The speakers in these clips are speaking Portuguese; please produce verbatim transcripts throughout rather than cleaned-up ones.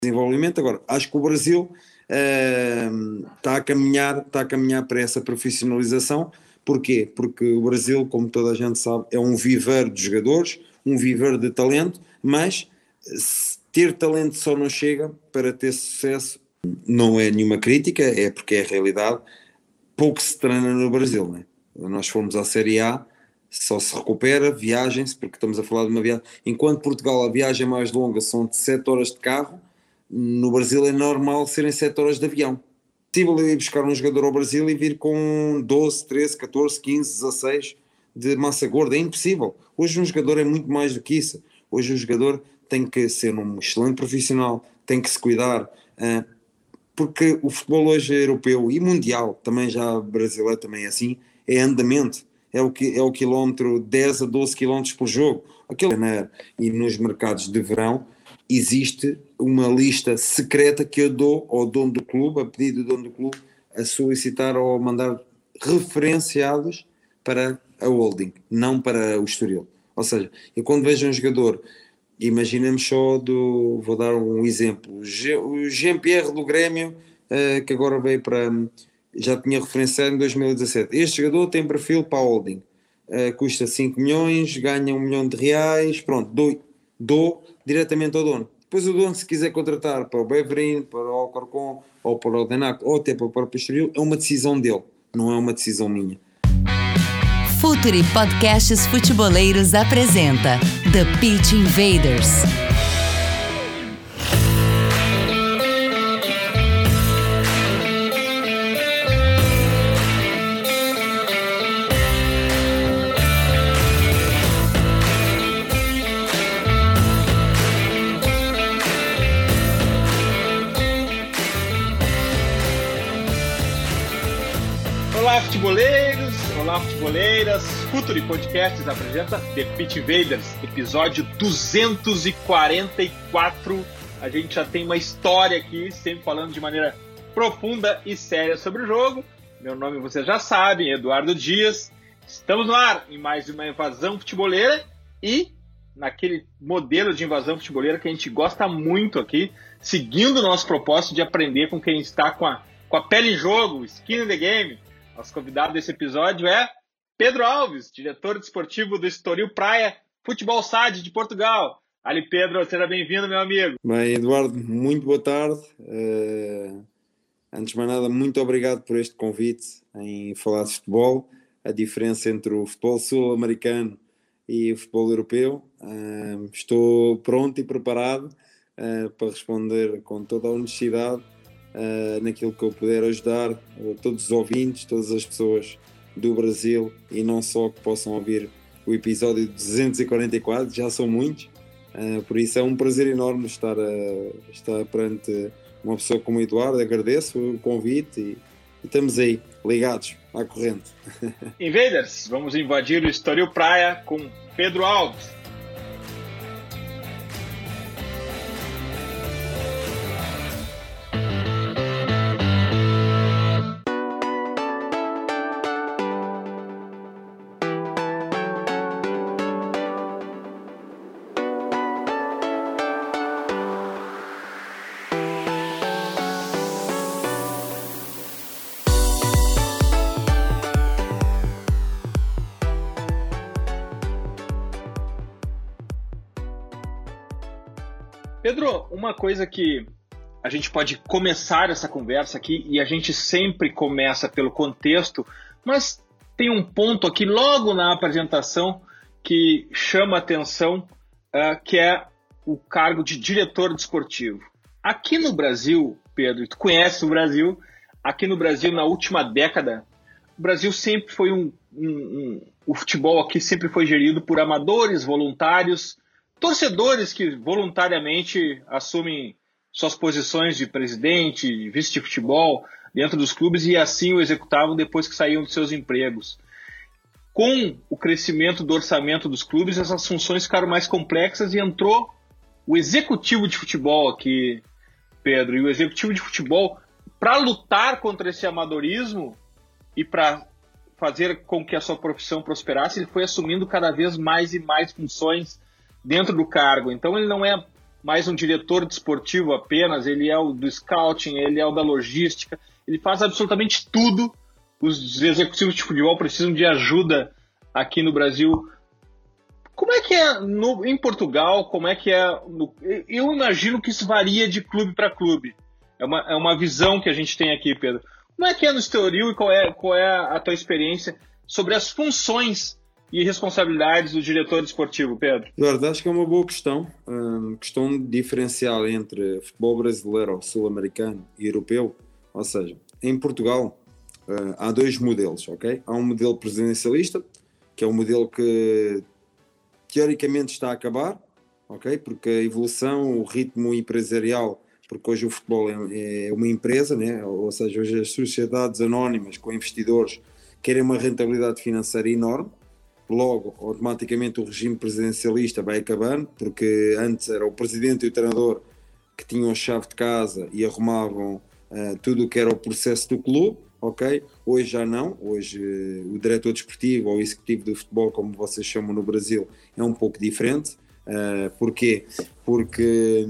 desenvolvimento. Agora, acho que o Brasil uh, está a caminhar, está a caminhar para essa profissionalização. Porquê? Porque o Brasil, como toda a gente sabe, é um viveiro de jogadores, um viveiro de talento, mas ter talento só não chega. Para ter sucesso. Não é nenhuma crítica, é porque é a realidade. Pouco se treina no Brasil, né? Nós fomos à Série A, só se recupera, viajem-se, porque estamos a falar de uma viagem. Enquanto Portugal a viagem mais longa são de sete horas de carro, no Brasil é normal serem sete horas de avião. É possível ir buscar um jogador ao Brasil e vir com doze, treze, catorze, quinze, dezasseis de massa gorda, é impossível. Hoje um jogador é muito mais do que isso. Hoje o jogador tem que ser um excelente profissional, tem que se cuidar, uh, porque o futebol hoje é europeu e mundial, também já brasileiro também é assim, é andamento, é o, que, é o quilómetro dez a doze quilómetros por jogo. Aquele, e nos mercados de verão existe uma lista secreta que eu dou ao dono do clube, a pedido do dono do clube, a solicitar ou a mandar referenciados para a holding, não para o Estoril. Ou seja, eu quando vejo um jogador, imaginemos só do, vou dar um exemplo, o Jean-Pierre do Grêmio, uh, que agora veio para, já tinha referenciado em dois mil e dezassete, este jogador tem perfil para a holding, uh, custa cinco milhões, ganha um milhão de reais, pronto, dou, dou diretamente ao dono. Depois o dono, se quiser contratar para o Beverin, para o Alcorcon, ou para o Denac, ou até para o próprio Estoril, é uma decisão dele, não é uma decisão minha. Futuri Podcasts Futeboleiros apresenta The Pitch Invaders. Olá, futeboleiros! Olá, futeboleiras! Futuri Podcasts apresenta The Pitch Invaders, episódio duzentos e quarenta e quatro. A gente já tem uma história aqui, sempre falando de maneira profunda e séria sobre o jogo. Meu nome vocês já sabem, Eduardo Dias. Estamos no ar em mais uma invasão futeboleira e naquele modelo de invasão futeboleira que a gente gosta muito aqui, seguindo o nosso propósito de aprender com quem está com a, com a pele em jogo, skin in the game. Nosso convidado desse episódio é Pedro Alves, diretor desportivo do Estoril Praia Futebol S A D de Portugal. Ali, Pedro, seja bem-vindo, meu amigo. Bem, Eduardo, muito boa tarde. Uh, antes de mais nada, muito obrigado por este convite em falar de futebol. A diferença entre o futebol sul-americano e o futebol europeu. Uh, estou pronto e preparado uh, para responder com toda a honestidade uh, naquilo que eu puder ajudar uh, todos os ouvintes, todas as pessoas do Brasil e não só, que possam ouvir o episódio duzentos e quarenta e quatro, já são muitos, uh, por isso é um prazer enorme estar, uh, estar perante uma pessoa como o Eduardo. Agradeço o convite e, e estamos aí, ligados à corrente. Invaders, vamos invadir o Estoril Praia com Pedro Alves. Pedro, uma coisa que a gente pode começar essa conversa aqui, e a gente sempre começa pelo contexto, mas tem um ponto aqui logo na apresentação que chama a atenção, uh, que é o cargo de diretor desportivo. Aqui no Brasil, Pedro, tu conhece o Brasil, aqui no Brasil, na última década, o Brasil sempre foi um, um, um o futebol aqui sempre foi gerido por amadores, voluntários, torcedores que voluntariamente assumem suas posições de presidente, vice de futebol dentro dos clubes e assim o executavam depois que saíam de seus empregos. Com o crescimento do orçamento dos clubes, essas funções ficaram mais complexas e entrou o executivo de futebol aqui, Pedro. E o executivo de futebol, para lutar contra esse amadorismo e para fazer com que a sua profissão prosperasse, ele foi assumindo cada vez mais e mais funções dentro do cargo. Então ele não é mais um diretor desportivo apenas, ele é o do scouting, ele é o da logística, ele faz absolutamente tudo. Os executivos de futebol precisam de ajuda aqui no Brasil. Como é que é no, em Portugal? Como é que é? No, eu imagino que isso varia de clube para clube. É uma, é uma visão que a gente tem aqui, Pedro. Como é que é no Estoril e qual é, qual é a tua experiência sobre as funções e responsabilidades do diretor desportivo, Pedro? Eduardo, acho que é uma boa questão. Uma questão de diferencial entre futebol brasileiro, sul-americano e europeu. Ou seja, em Portugal uh, há dois modelos, ok? Há um modelo presidencialista, que é um modelo que teoricamente está a acabar, ok? Porque a evolução, o ritmo empresarial, porque hoje o futebol é, é uma empresa, né? Ou seja, hoje as sociedades anónimas com investidores querem uma rentabilidade financeira enorme. Logo, automaticamente o regime presidencialista vai acabando, porque antes era o presidente e o treinador que tinham a chave de casa e arrumavam uh, tudo o que era o processo do clube, ok? Hoje já não, hoje uh, o diretor desportivo ou o executivo do futebol, como vocês chamam no Brasil, é um pouco diferente. Uh, porquê? Porque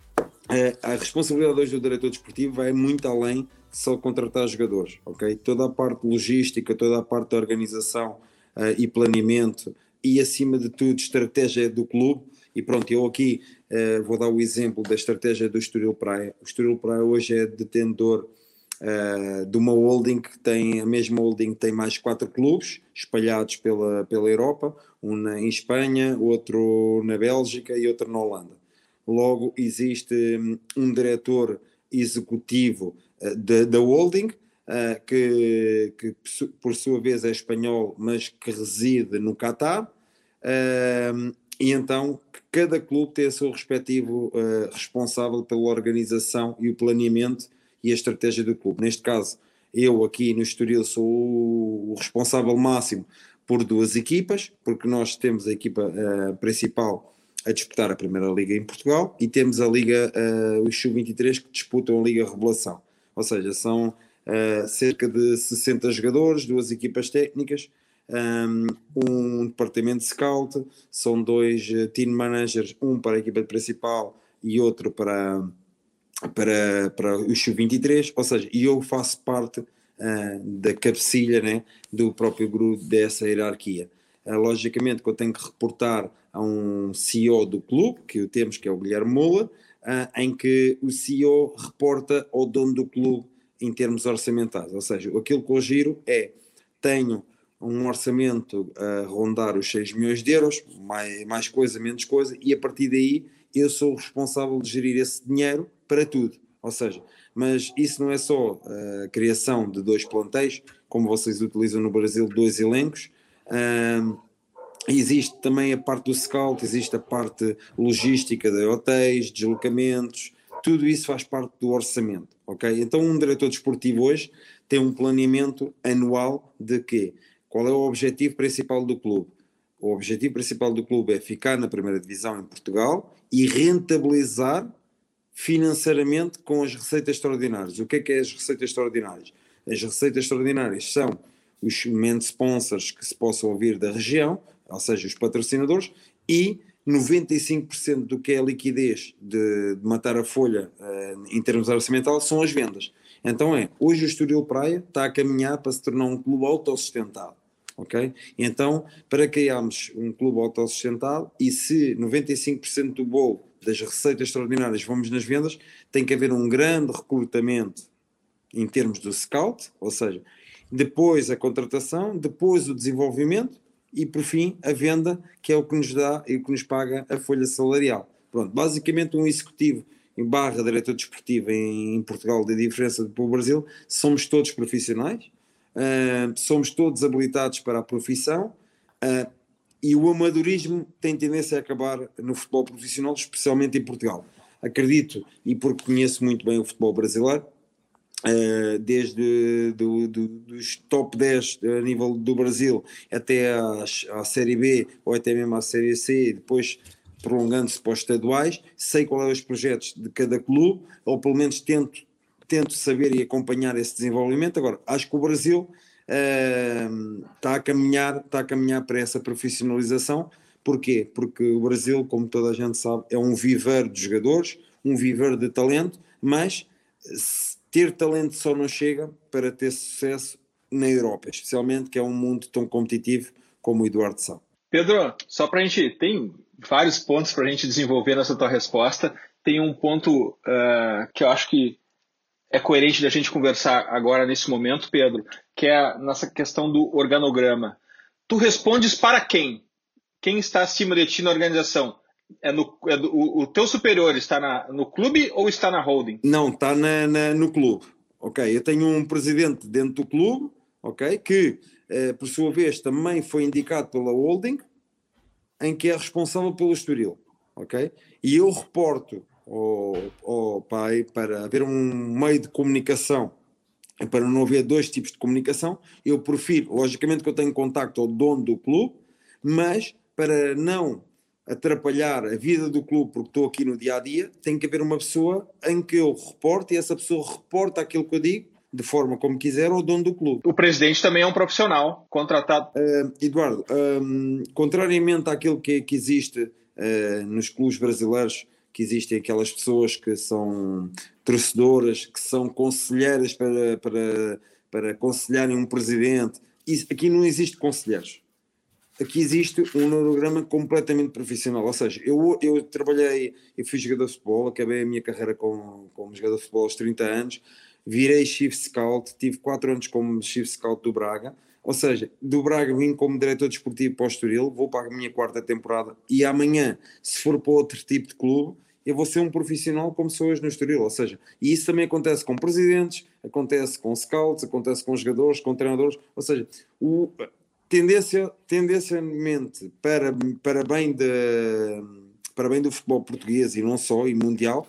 uh, a responsabilidade hoje do diretor desportivo vai muito além de só contratar jogadores, ok? Toda a parte logística, toda a parte da organização Uh, e planeamento e, acima de tudo, estratégia do clube. E pronto, eu aqui uh, vou dar o exemplo da estratégia do Estoril Praia. O Estoril Praia hoje é detentor uh, de uma holding que tem, a mesma holding tem mais quatro clubes espalhados pela, pela Europa, um na, em Espanha, outro na Bélgica e outro na Holanda. Logo, existe um, um diretor executivo uh, da, da holding, Uh, que, que por sua vez é espanhol, mas que reside no Catar, uh, e então cada clube tem o seu respectivo uh, responsável pela organização e o planeamento e a estratégia do clube. Neste caso, eu aqui no Estoril sou o responsável máximo por duas equipas, porque nós temos a equipa uh, principal a disputar a Primeira Liga em Portugal e temos a Liga, uh, os sub vinte e três que disputam a Liga Revelação, ou seja, são Uh, cerca de sessenta jogadores, duas equipas técnicas, um, um departamento de scout, são dois uh, team managers, um para a equipa principal e outro para, para, para os sub vinte e três, ou seja, eu faço parte uh, da cabecilha, né, do próprio grupo dessa hierarquia. Uh, logicamente que eu tenho que reportar a um C E O do clube, que temos, que é o Guilherme Moura, uh, em que o C E O reporta ao dono do clube em termos orçamentais, ou seja, aquilo que eu giro é, tenho um orçamento a rondar os seis milhões de euros, mais, mais coisa, menos coisa, e a partir daí eu sou o responsável de gerir esse dinheiro para tudo, ou seja, mas isso não é só a criação de dois plantéis, como vocês utilizam no Brasil, dois elencos, um, existe também a parte do scout, existe a parte logística de hotéis, deslocamentos, tudo isso faz parte do orçamento, ok? Então um diretor desportivo hoje tem um planeamento anual de quê? Qual é o objetivo principal do clube? O objetivo principal do clube é ficar na primeira divisão em Portugal e rentabilizar financeiramente com as receitas extraordinárias. O que é que é as receitas extraordinárias? As receitas extraordinárias são os main sponsors que se possam ouvir da região, ou seja, os patrocinadores, e noventa e cinco por cento do que é a liquidez de, de matar a folha uh, em termos orçamentais são as vendas. Então é, hoje o Estoril Praia está a caminhar para se tornar um clube autossustentado, ok? Então, para criarmos um clube autossustentado, e se noventa e cinco por cento do bolo das receitas extraordinárias vamos nas vendas, tem que haver um grande recrutamento em termos do scout, ou seja, depois a contratação, depois o desenvolvimento, e por fim a venda, que é o que nos dá e o que nos paga a folha salarial. Pronto, basicamente um executivo em barra diretor desportivo em, em Portugal, de diferença para o Brasil, somos todos profissionais, uh, somos todos habilitados para a profissão, uh, e o amadorismo tem tendência a acabar no futebol profissional, especialmente em Portugal. Acredito, e porque conheço muito bem o futebol brasileiro, Uh, desde do, do, dos top dez a nível do Brasil até à Série B ou até mesmo à Série C, e depois prolongando-se para os estaduais, sei quais são os projetos de cada clube, ou pelo menos tento, tento saber e acompanhar esse desenvolvimento. Agora, acho que o Brasil uh, está a caminhar, está a caminhar para essa profissionalização, Porquê? Porque o Brasil, como toda a gente sabe, é um viveiro de jogadores, um viveiro de talento, mas ter talento só não chega para ter sucesso na Europa, especialmente que é um mundo tão competitivo como o Eduardo sabe. Pedro, só para a gente, tem vários pontos para a gente desenvolver nessa tua resposta, tem um ponto uh, que eu acho que é coerente da gente conversar agora nesse momento, Pedro, que é nessa questão do organograma. Tu respondes para quem? Quem está acima de ti na organização? É no, é do, o, o teu superior está na, no clube ou está na holding? Não, está na, na, no clube. Ok, eu tenho um presidente dentro do clube, ok, que eh, por sua vez também foi indicado pela holding, em que é responsável pelo Estoril, ok? E eu reporto ao, ao pai para haver um meio de comunicação, para não haver dois tipos de comunicação. Eu prefiro, logicamente que eu tenho contacto ao dono do clube, mas para não atrapalhar a vida do clube, porque estou aqui no dia-a-dia, tem que haver uma pessoa em que eu reporto e essa pessoa reporta aquilo que eu digo, de forma como quiser, ao dono do clube. O presidente também é um profissional contratado. Uh, Eduardo, um, contrariamente àquilo que, que existe uh, nos clubes brasileiros, que existem aquelas pessoas que são torcedoras, que são conselheiras para, para, para aconselharem um presidente, isso, aqui não existe conselheiros. Aqui existe um organograma completamente profissional, ou seja, eu, eu trabalhei, eu fui jogador de futebol, acabei a minha carreira como, como jogador de futebol aos trinta anos, virei Chief Scout, tive quatro anos como Chief Scout do Braga, ou seja, do Braga vim como diretor desportivo para o Estoril, vou para a minha quarta temporada e amanhã, se for para outro tipo de clube, eu vou ser um profissional como sou hoje no Estoril, ou seja, e isso também acontece com presidentes, acontece com scouts, acontece com jogadores, com treinadores, ou seja, o... Tendência, tendencialmente para, para, bem de, para bem do futebol português e não só, e mundial,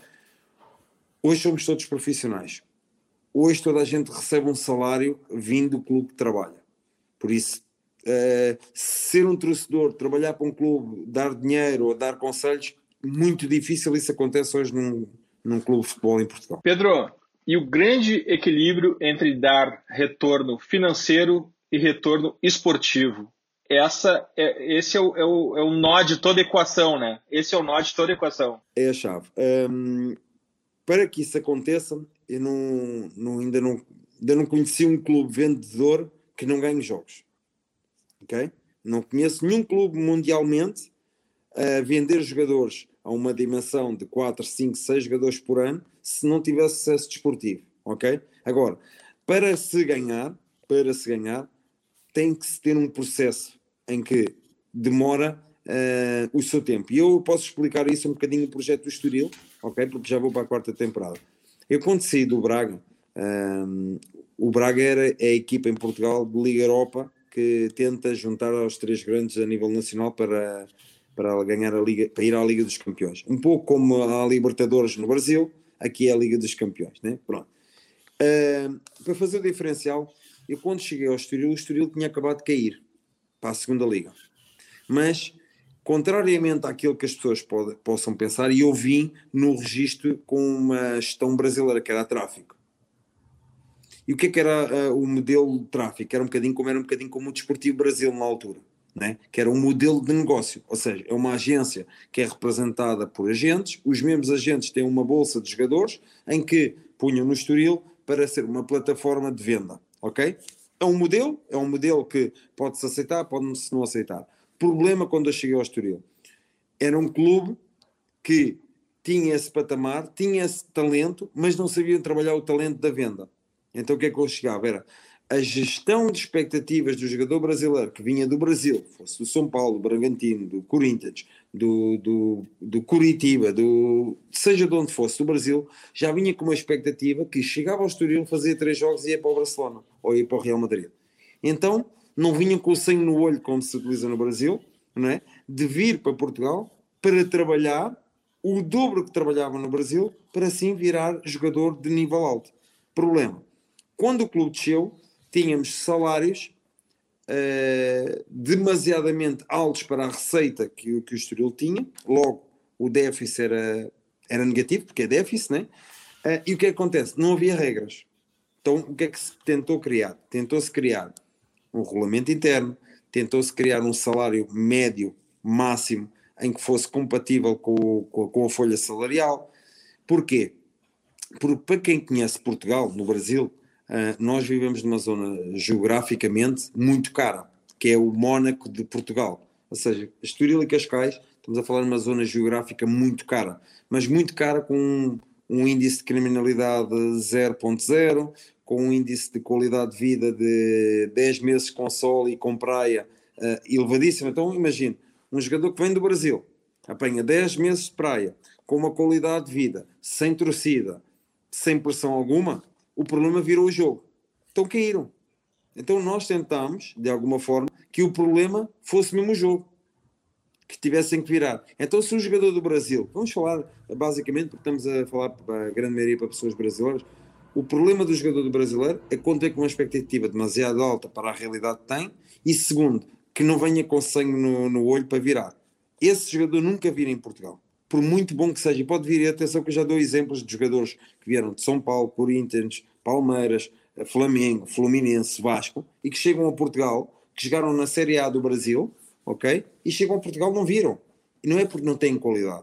hoje somos todos profissionais. Hoje toda a gente recebe um salário vindo do clube que trabalha. Por isso, uh, ser um torcedor, trabalhar para um clube, dar dinheiro ou dar conselhos, muito difícil isso acontece hoje num, num clube de futebol em Portugal. Pedro, e o grande equilíbrio entre dar retorno financeiro e retorno esportivo. Essa, é, esse é o, é, o, é o nó de toda equação, né? Esse é o nó de toda equação. É a chave. Um, para que isso aconteça, eu não, não, ainda, não, ainda não conheci um clube vendedor que não ganhe jogos. Okay? Não conheço nenhum clube mundialmente a vender jogadores a uma dimensão de quatro, cinco, seis jogadores por ano se não tivesse sucesso desportivo. Okay? Agora, para se ganhar, para se ganhar, tem que se ter um processo em que demora uh, o seu tempo. E eu posso explicar isso um bocadinho no projeto do Estoril, ok? Porque já vou para a quarta temporada. Eu quando saí do Braga, um, o Braga era a equipa em Portugal de Liga Europa que tenta juntar aos três grandes a nível nacional para, para, ganhar a Liga, para ir à Liga dos Campeões. Um pouco como a Libertadores no Brasil, aqui é a Liga dos Campeões, né? Pronto. Uh, para fazer o diferencial, eu quando cheguei ao Estoril, o Estoril tinha acabado de cair para a segunda liga. Mas, contrariamente àquilo que as pessoas pode, possam pensar, eu vim no registro com uma gestão brasileira, que era a tráfico. E o que é que era uh, o modelo de tráfico? Era um bocadinho como, era um bocadinho como o Desportivo Brasil na altura, né? Que era um modelo de negócio, ou seja, é uma agência que é representada por agentes, os mesmos agentes têm uma bolsa de jogadores em que punham no Estoril para ser uma plataforma de venda. Ok? É um modelo, é um modelo que pode-se aceitar, pode-se não aceitar. Problema quando eu cheguei ao Estoril. Era um clube que tinha esse patamar, tinha esse talento, mas não sabiam trabalhar o talento da venda. Então o que é que eu chegava? Era a gestão de expectativas do jogador brasileiro que vinha do Brasil, fosse do São Paulo, do Bragantino, do Corinthians, do, do, do Curitiba, do, seja de onde fosse, do Brasil, já vinha com uma expectativa que chegava ao Estoril, fazia três jogos e ia para o Barcelona, ou ia para o Real Madrid. Então, não vinham com o sangue no olho, como se utiliza no Brasil, não é? De vir para Portugal para trabalhar o dobro que trabalhavam no Brasil, para assim virar jogador de nível alto. Problema, quando o clube desceu, tínhamos salários uh, demasiadamente altos para a receita que, que o Estoril tinha, logo o déficit era, era negativo, porque é déficit, né? Uh, e o que é que acontece? Não havia regras. Então o que é que se tentou criar? Tentou-se criar um regulamento interno, tentou-se criar um salário médio máximo em que fosse compatível com, o, com, a, com a folha salarial. Porquê? Porque para quem conhece Portugal, no Brasil, uh, nós vivemos numa zona geograficamente muito cara, que é o Mónaco de Portugal. Ou seja, Estoril e Cascais, estamos a falar de uma zona geográfica muito cara, mas muito cara, com um, um índice de criminalidade zero ponto zero, com um índice de qualidade de vida de dez meses com sol e com praia uh, elevadíssimo. Então imagine, um jogador que vem do Brasil, apanha dez meses de praia, com uma qualidade de vida, sem torcida, sem pressão alguma, o problema virou o jogo. Então caíram. Então nós tentámos, de alguma forma, que o problema fosse mesmo o jogo, que tivessem que virar. Então se o jogador do Brasil, vamos falar basicamente, porque estamos a falar para a grande maioria para pessoas brasileiras, o problema do jogador do brasileiro é quando tem com uma expectativa demasiado alta para a realidade que tem, e segundo, que não venha com sangue no, no olho para virar. Esse jogador nunca vira em Portugal, por muito bom que seja. E pode vir, e atenção que eu já dou exemplos de jogadores que vieram de São Paulo, Corinthians, Palmeiras, Flamengo, Fluminense, Vasco, e que chegam a Portugal, que jogaram na Série A do Brasil, ok? E chegam a Portugal, não viram. E não é porque não têm qualidade,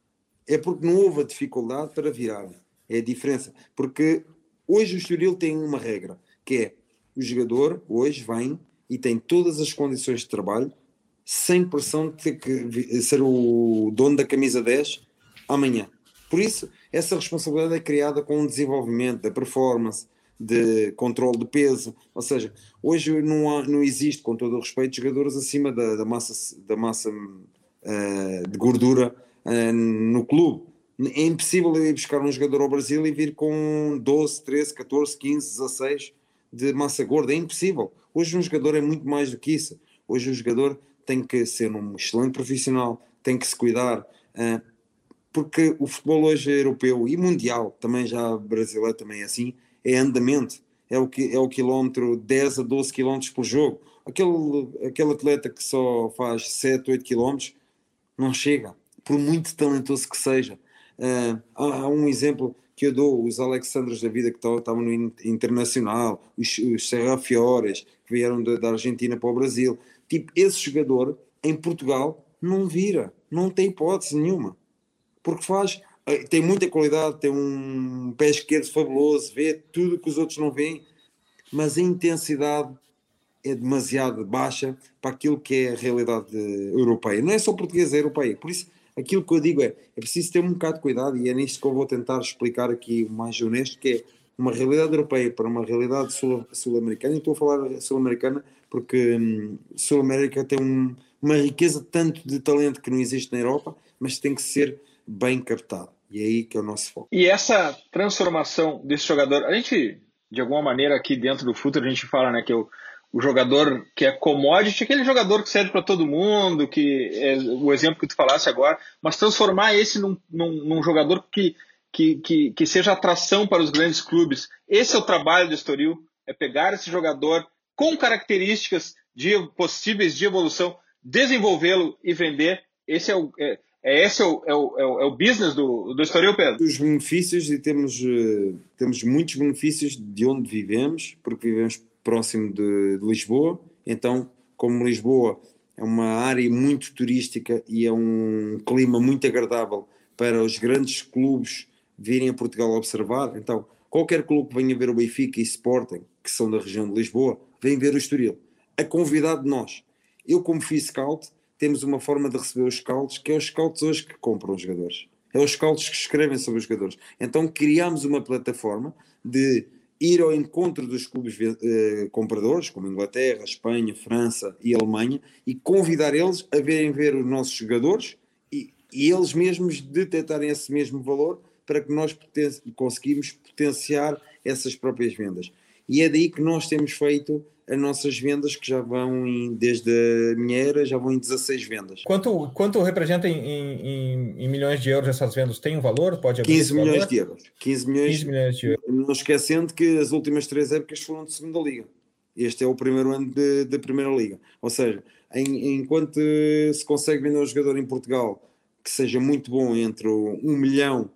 é porque não houve a dificuldade para virarem. É a diferença. Porque hoje o Estoril tem uma regra, que é o jogador hoje vem e tem todas as condições de trabalho, sem pressão de ter que ser o dono da camisa dez amanhã. Por isso, essa responsabilidade é criada com o desenvolvimento da performance, de controle de peso. Ou seja, hoje não, há, não existe, com todo o respeito, jogadores acima da, da massa, da massa uh, de gordura uh, no clube. É impossível ir buscar um jogador ao Brasil e vir com doze, treze, catorze, quinze, dezasseis de massa gorda. É impossível. Hoje um jogador é muito mais do que isso. Hoje o jogador tem que ser um excelente profissional, tem que se cuidar, uh, porque o futebol hoje é europeu e mundial, também já brasileiro também é assim, é andamento, é o, que, é o quilómetro dez a doze quilómetros por jogo. Aquele, aquele atleta que só faz sete, oito quilómetros não chega, por muito talentoso que seja. Uh, há, há um exemplo que eu dou, os Alexandros da vida que estavam no Internacional, os, os Serra Fiores, que vieram da, da Argentina para o Brasil. Tipo, esse jogador em Portugal não vira, não tem hipótese nenhuma, porque faz, tem muita qualidade, tem um pé esquerdo fabuloso, vê tudo que os outros não veem, mas a intensidade é demasiado baixa para aquilo que é a realidade europeia. Não é só portuguesa, é europeia. Por isso, aquilo que eu digo é, é preciso ter um bocado de cuidado, e é nisto que eu vou tentar explicar aqui o mais honesto, que é uma realidade europeia para uma realidade sul- sul-americana, e estou a falar sul-americana porque hum, Sul-América tem um, uma riqueza tanto de talento que não existe na Europa, mas tem que ser bem captado, e é aí que é o nosso foco. E essa transformação desse jogador, a gente, de alguma maneira aqui dentro do futebol, a gente fala, né, que o, o jogador que é commodity, aquele jogador que serve para todo mundo, que é o exemplo que tu falasse agora, mas transformar esse num, num, num jogador que, que, que, que seja atração para os grandes clubes. Esse é o trabalho do Estoril, é pegar esse jogador com características de, possíveis de evolução, desenvolvê-lo e vender. Esse é o, é, é, esse é o, é o, é o, é o business do, do Estoril, Pedro? Os benefícios, e temos, uh, temos muitos benefícios de onde vivemos, porque vivemos próximo de, de Lisboa. Então, como Lisboa é uma área muito turística e é um clima muito agradável para os grandes clubes virem a Portugal observar, então qualquer clube que venha ver o Benfica e Sporting, que são da região de Lisboa, vem ver o Estoril, a convidar de nós. Eu, como fui scout, temos uma forma de receber os scouts, que é os scouts hoje que compram os jogadores, é os scouts que escrevem sobre os jogadores. Então criámos uma plataforma de ir ao encontro dos clubes eh, compradores, como Inglaterra, Espanha, França e Alemanha, e convidar eles a verem ver os nossos jogadores e, e eles mesmos detectarem esse mesmo valor, para que nós poten- conseguimos potenciar essas próprias vendas. E é daí que nós temos feito as nossas vendas, que já vão em, desde a minha era, já vão em dezasseis vendas. Quanto, quanto representa em, em, em milhões de euros essas vendas? Tem um valor? Pode abrir quinze milhões valor? de euros. quinze milhões, quinze milhões de euros. Não esquecendo que as últimas três épocas foram de segunda liga. Este é o primeiro ano da primeira liga. Ou seja, em, enquanto se consegue vender um jogador em Portugal que seja muito bom, entre um milhão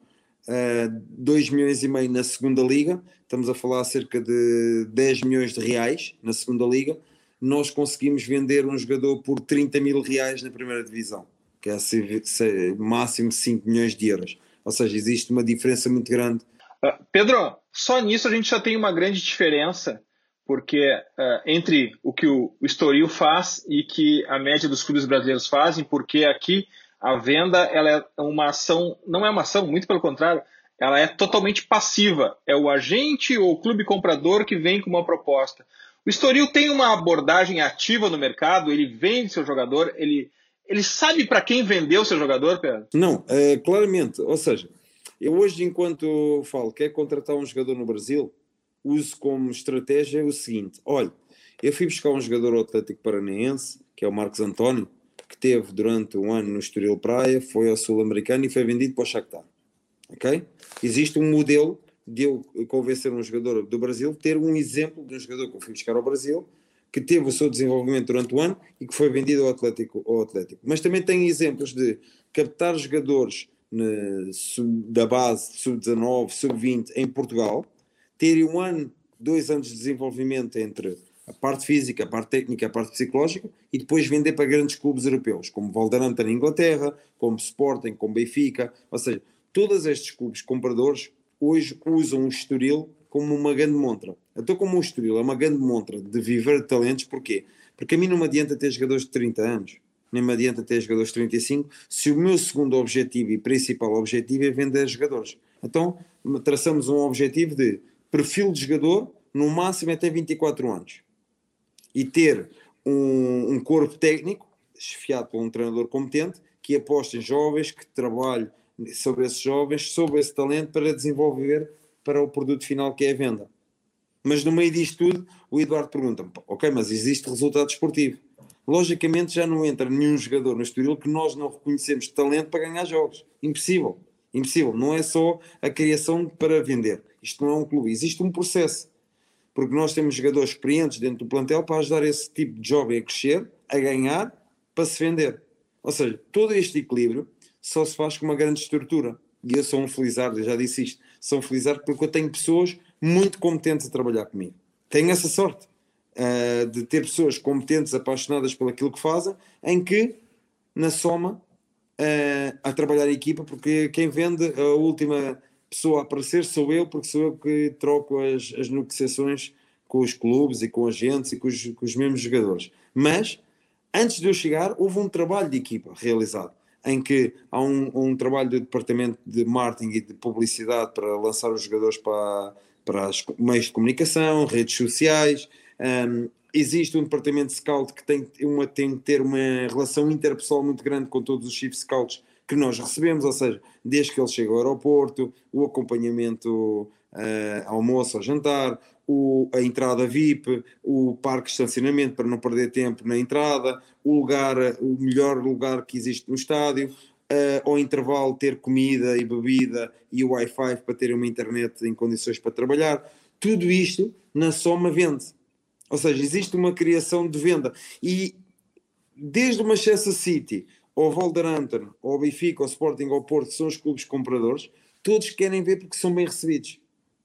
a dois milhões e meio na segunda liga, estamos a falar cerca de dez milhões de reais na segunda liga. nós conseguimos vender um jogador por trinta mil reais na primeira divisão, que é máximo cinco milhões de euros. Ou seja, existe uma diferença muito grande. Uh, Pedro, só nisso a gente já tem uma grande diferença, porque uh, entre o que o, o Estoril faz e que a média dos clubes brasileiros fazem, porque aqui a venda ela é uma ação, não é uma ação, muito pelo contrário, ela é totalmente passiva. É o agente ou o clube comprador que vem com uma proposta. O Estoril tem uma abordagem ativa no mercado, ele vende seu jogador, ele, ele sabe para quem vendeu o seu jogador, Pedro? Não, é, claramente. Ou seja, eu hoje, enquanto falo, quer contratar um jogador no Brasil, uso como estratégia o seguinte: olha, eu fui buscar um jogador ao Atlético Paranaense, que é o Marcos António, que teve durante um ano no Estoril Praia, foi ao Sul-Americano e foi vendido para o Shakhtar. Ok? Existe um modelo de eu convencer um jogador do Brasil, ter um exemplo de um jogador que eu fui buscar ao Brasil, que teve o seu desenvolvimento durante o ano e que foi vendido ao Atlético. Ao Atlético. Mas também tem exemplos de captar jogadores ne, sub, da base sub dezanove, sub vinte em Portugal, terem um ano, dois anos de desenvolvimento entre a parte física, a parte técnica, a parte psicológica, e depois vender para grandes clubes europeus, como Wolverhampton na Inglaterra, como Sporting, como Benfica. Ou seja, todos estes clubes compradores hoje usam o Estoril como uma grande montra. Então, como o Estoril é uma grande montra de viver de talentos, porquê? Porque a mim não me adianta ter jogadores de trinta anos, nem me adianta ter jogadores de trinta e cinco, se o meu segundo objetivo e principal objetivo é vender jogadores. Então, traçamos um objetivo de perfil de jogador, no máximo até vinte e quatro anos. E ter um, um corpo técnico, chefiado por um treinador competente, que aposte em jovens, que trabalhe sobre esses jovens, sobre esse talento, para desenvolver para o produto final, que é a venda. Mas no meio disto tudo, o Eduardo pergunta-me: ok, mas existe resultado esportivo? Logicamente já não entra nenhum jogador no Estoril que nós não reconhecemos talento para ganhar jogos. Impossível. Impossível. Não é só a criação para vender. Isto não é um clube. Existe um processo. Porque nós temos jogadores experientes dentro do plantel para ajudar esse tipo de jovem a crescer, a ganhar, para se vender. Ou seja, todo este equilíbrio só se faz com uma grande estrutura. E eu sou um felizardo, eu já disse isto, sou um felizardo porque eu tenho pessoas muito competentes a trabalhar comigo. Tenho essa sorte uh, de ter pessoas competentes, apaixonadas por aquilo que fazem, em que, na soma, uh, a trabalhar a equipa, porque quem vende, a última pessoa a aparecer sou eu, porque sou eu que troco as, as negociações com os clubes e com agentes e com os, com os mesmos jogadores. Mas, antes de eu chegar, houve um trabalho de equipa realizado, em que há um, um trabalho do departamento de marketing e de publicidade para lançar os jogadores para, para os meios de comunicação, redes sociais. Um, existe um departamento de scout que tem, uma, tem que ter uma relação interpessoal muito grande com todos os chief scouts que nós recebemos, ou seja, desde que eles chegam ao aeroporto, o acompanhamento uh, ao almoço, ao jantar, o, a entrada V I P, o parque de estacionamento para não perder tempo na entrada, o lugar, o melhor lugar que existe no estádio, uh, ao intervalo ter comida e bebida e o Wi-Fi para ter uma internet em condições para trabalhar. Tudo isto na soma vende. Ou seja, existe uma criação de venda. E desde o Manchester City, ao Wolverhampton, ao Benfica, ao Sporting, ao Porto, que são os clubes compradores, todos querem ver porque são bem recebidos.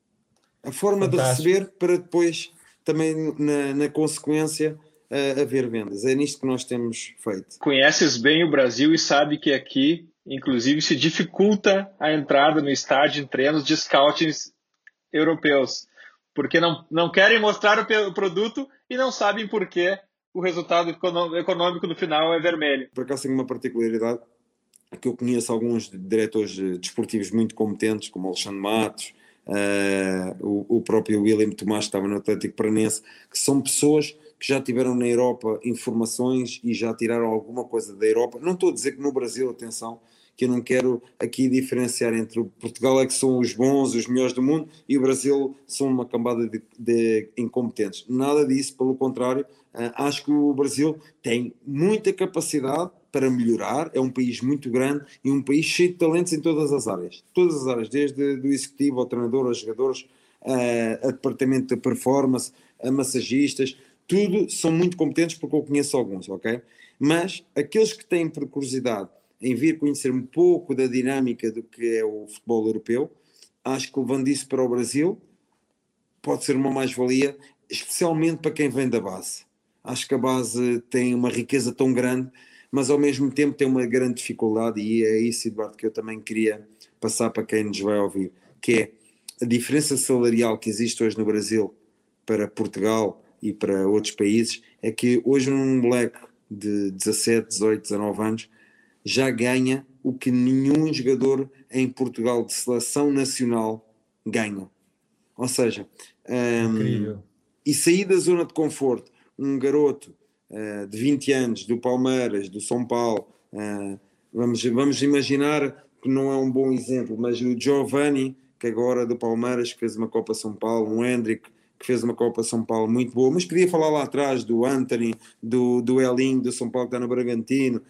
A forma Fantástico. de receber para depois, também na, na consequência, uh, haver vendas. É nisto que nós temos feito. Conheces bem o Brasil e sabe que aqui, inclusive, se dificulta a entrada no estádio em treinos de scouting europeus, porque não, não querem mostrar o produto e não sabem por quê o resultado econômico no final é vermelho. Por acaso tenho uma particularidade, que eu conheço alguns diretores desportivos muito competentes, como Alexandre Matos, uh, o, o próprio William Tomás, que estava no Atlético Paranaense, que são pessoas que já tiveram na Europa informações e já tiraram alguma coisa da Europa. Não estou a dizer que no Brasil, atenção, que eu não quero aqui diferenciar entre o Portugal é que são os bons, os melhores do mundo, e o Brasil são uma cambada de, de incompetentes. Nada disso, pelo contrário, uh, acho que o Brasil tem muita capacidade para melhorar, é um país muito grande e um país cheio de talentos em todas as áreas. Todas as áreas, desde do executivo ao treinador, aos jogadores, uh, a departamento de performance, a massagistas, tudo são muito competentes porque eu conheço alguns, ok? Mas aqueles que têm por curiosidade em vir conhecer um pouco da dinâmica do que é o futebol europeu, acho que levando isso para o Brasil pode ser uma mais-valia, especialmente para quem vem da base. Acho que a base tem uma riqueza tão grande, mas ao mesmo tempo tem uma grande dificuldade, e é isso, Eduardo, que eu também queria passar para quem nos vai ouvir, que é a diferença salarial que existe hoje no Brasil para Portugal e para outros países, é que hoje um moleque de dezassete, dezoito, dezanove anos já ganha o que nenhum jogador em Portugal de seleção nacional ganha. Ou seja, um, e sair da zona de conforto, um garoto uh, de vinte anos, do Palmeiras, do São Paulo, uh, vamos, vamos imaginar que não é um bom exemplo, mas o Giovanni, que agora do Palmeiras, que fez uma Copa São Paulo, um Hendrick, que fez uma Copa São Paulo muito boa, mas podia falar lá atrás do Anthony, do, do Elinho, do São Paulo que está no Bragantino,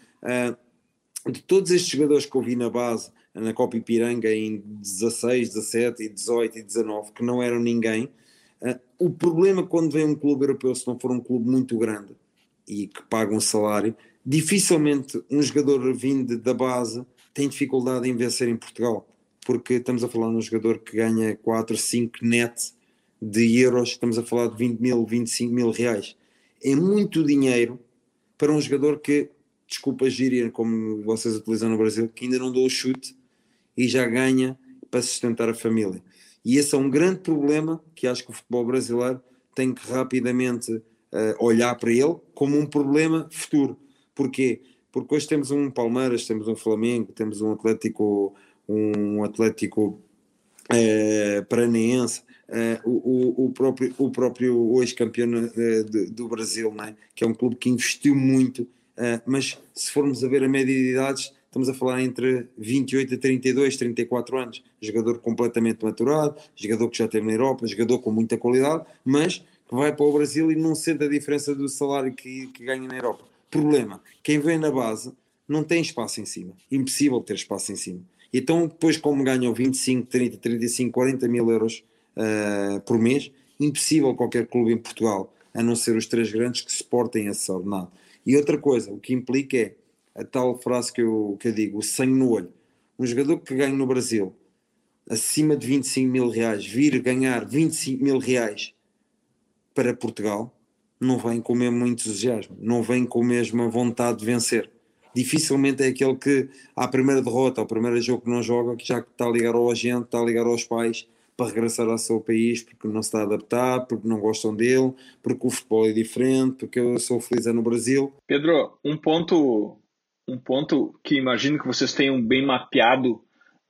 uh, de todos estes jogadores que eu vi na base, na Copa Ipiranga em dezasseis, dezassete, dezoito e dezanove, que não eram ninguém. Uh, o problema quando vem um clube europeu, se não for um clube muito grande e que paga um salário, dificilmente um jogador vindo da base tem dificuldade em vencer em Portugal, porque estamos a falar de um jogador que ganha quatro, cinco net de euros, estamos a falar de vinte mil, vinte e cinco mil reais. É muito dinheiro para um jogador que, desculpa a gíria, como vocês utilizam no Brasil, que ainda não deu o chute e já ganha para sustentar a família. E esse é um grande problema que acho que o futebol brasileiro tem que rapidamente uh, olhar para ele como um problema futuro. Porquê? Porque hoje temos um Palmeiras, temos um Flamengo, temos um Atlético, um Atlético uh, Paranaense, uh, o, o, próprio, o próprio hoje campeão uh, de, do Brasil, não é? Que é um clube que investiu muito, uh, mas se formos a ver a média de idades, estamos a falar entre vinte e oito a trinta e dois, trinta e quatro anos, jogador completamente maturado, jogador que já esteve na Europa, jogador com muita qualidade, mas que vai para o Brasil e não sente a diferença do salário que, que ganha na Europa. Problema, quem vem na base não tem espaço em cima, impossível ter espaço em cima. Então depois como ganham vinte e cinco, trinta, trinta e cinco, quarenta mil euros uh, por mês, impossível qualquer clube em Portugal, a não ser os três grandes que suportem esse ordenado. E outra coisa, o que implica é a tal frase que eu, que eu digo, o sangue no olho. Um jogador que ganha no Brasil acima de vinte e cinco mil reais, vir ganhar vinte e cinco mil reais para Portugal, não vem com o mesmo entusiasmo, não vem com a mesma vontade de vencer. Dificilmente é aquele que, à primeira derrota, ao primeiro jogo que não joga, que já está a ligar ao agente, está a ligar aos pais para regressar ao seu país, porque não se está a adaptar, porque não gostam dele, porque o futebol é diferente, porque eu sou feliz no Brasil. Pedro, um ponto... Um ponto que imagino que vocês tenham bem mapeado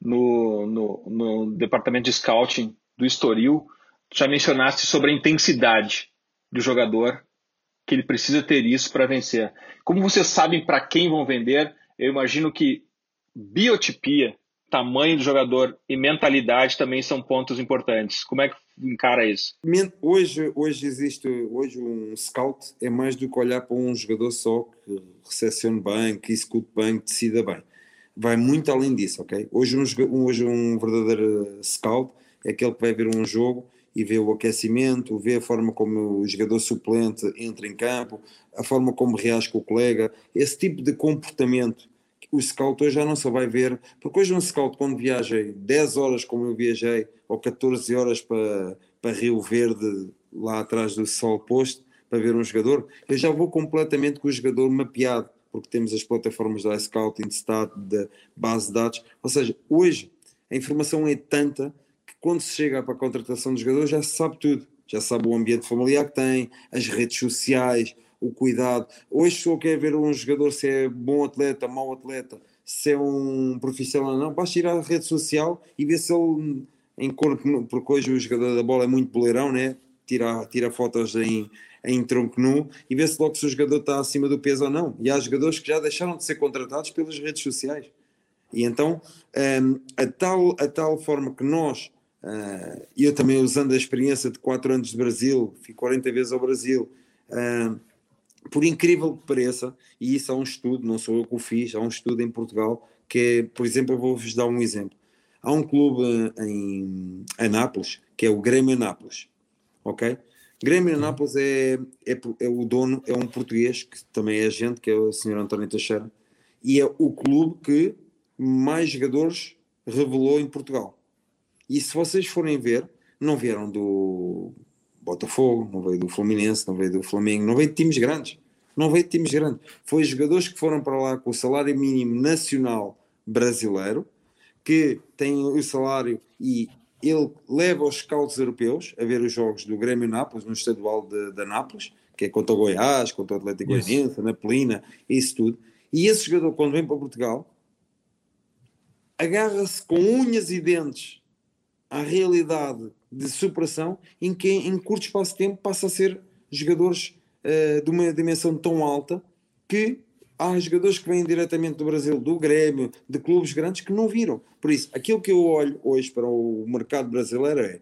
no, no, no departamento de scouting do Estoril, já mencionaste sobre a intensidade do jogador, que ele precisa ter isso para vencer. Como vocês sabem para quem vão vender, eu imagino que biotipia, tamanho do jogador e mentalidade também são pontos importantes. Como é que encara isso? Hoje, hoje existe hoje um scout, é mais do que olhar para um jogador só que recepcione bem, que execute bem, que decida bem. Vai muito além disso, ok? Hoje um, hoje um verdadeiro scout é aquele que vai ver um jogo e vê o aquecimento, vê a forma como o jogador suplente entra em campo, a forma como reage com o colega, esse tipo de comportamento. O scout hoje já não só vai ver, porque hoje um scout quando viaja dez horas como eu viajei, ou catorze horas para, para Rio Verde, lá atrás do Sol Posto, para ver um jogador, eu já vou completamente com o jogador mapeado, porque temos as plataformas da iScouting, de Stat, de base de dados, ou seja, hoje a informação é tanta que quando se chega para a contratação do jogador já se sabe tudo, já sabe o ambiente familiar que tem, as redes sociais, o cuidado. Hoje se eu quero ver um jogador se é bom atleta, mau atleta, se é um profissional ou não, basta ir à rede social e ver se ele em corpo, porque hoje o jogador da bola é muito boleirão, né? tira, tira fotos em, em tronco nu e vê se logo se o jogador está acima do peso ou não. E há jogadores que já deixaram de ser contratados pelas redes sociais. E então um, a, tal, a tal forma que nós, uh, eu também usando a experiência de quatro anos de Brasil, fui quarenta vezes ao Brasil, uh, por incrível que pareça, e isso há um estudo, não sou eu que o fiz, há um estudo em Portugal, que é, por exemplo, eu vou-vos dar um exemplo. Há um clube em Anápolis, que é o Grêmio Anápolis, ok? Grêmio Anápolis é, é, é o dono, é um português, que também é agente, que é o senhor António Teixeira, e é o clube que mais jogadores revelou em Portugal. E se vocês forem ver, não vieram do Botafogo, não veio do Fluminense, não veio do Flamengo, não veio de times grandes. Não veio de times grandes. Foi jogadores que foram para lá com o salário mínimo nacional brasileiro, que têm o salário e ele leva os scouts europeus a ver os jogos do Grêmio Nápoles, no estadual de, de Nápoles, que é contra o Goiás, contra o Atlético Goianiense, a Napolina, isso tudo. E esse jogador, quando vem para Portugal, agarra-se com unhas e dentes à realidade de superação, em que em curto espaço de tempo passa a ser jogadores uh, de uma dimensão tão alta que há jogadores que vêm diretamente do Brasil, do Grêmio, de clubes grandes que não viram. Por isso, aquilo que eu olho hoje para o mercado brasileiro é,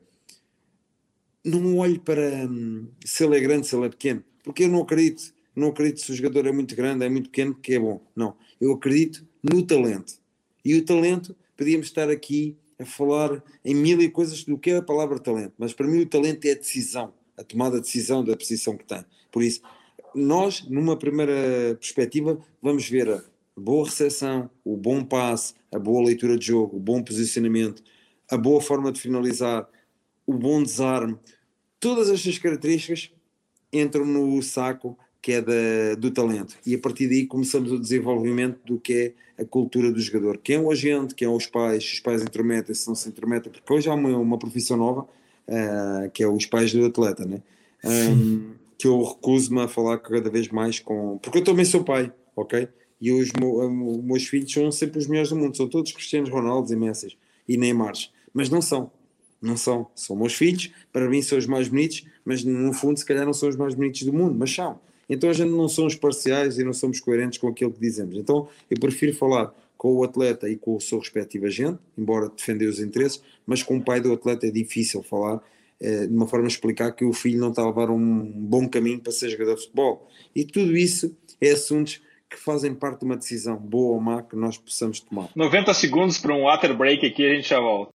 não olho para hum, se ele é grande, se ele é pequeno, porque eu não acredito, não acredito se o jogador é muito grande, é muito pequeno, que é bom. Não, eu acredito no talento. E o talento, podíamos estar aqui a falar em mil e coisas do que é a palavra talento, mas para mim o talento é a decisão, a tomada de decisão da posição que tem. Por isso, nós, numa primeira perspectiva, vamos ver a boa recepção, o bom passe, a boa leitura de jogo, o bom posicionamento, a boa forma de finalizar, o bom desarme. Todas estas características entram no saco que é da, do talento, e a partir daí começamos o desenvolvimento do que é a cultura do jogador. Quem é o agente, quem é os pais, se os pais intrometem, se não se intrometem, porque hoje há uma, uma profissão nova, uh, que é os pais do atleta, né? Um, que eu recuso-me a falar cada vez mais com... Porque eu também sou pai, ok? E os, os meus filhos são sempre os melhores do mundo, são todos Cristianos Ronaldos e Messi e Neymars, mas não são. Não são. São meus filhos, para mim são os mais bonitos, mas no fundo se calhar não são os mais bonitos do mundo, mas são. Então a gente não somos parciais e não somos coerentes com aquilo que dizemos. Então eu prefiro falar com o atleta e com o seu respectivo agente, embora defender os interesses, mas com o pai do atleta é difícil falar, eh, de uma forma a explicar que o filho não está a levar um bom caminho para ser jogador de futebol. E tudo isso é assuntos que fazem parte de uma decisão, boa ou má, que nós possamos tomar. noventa segundos para um water break aqui, a gente já volta.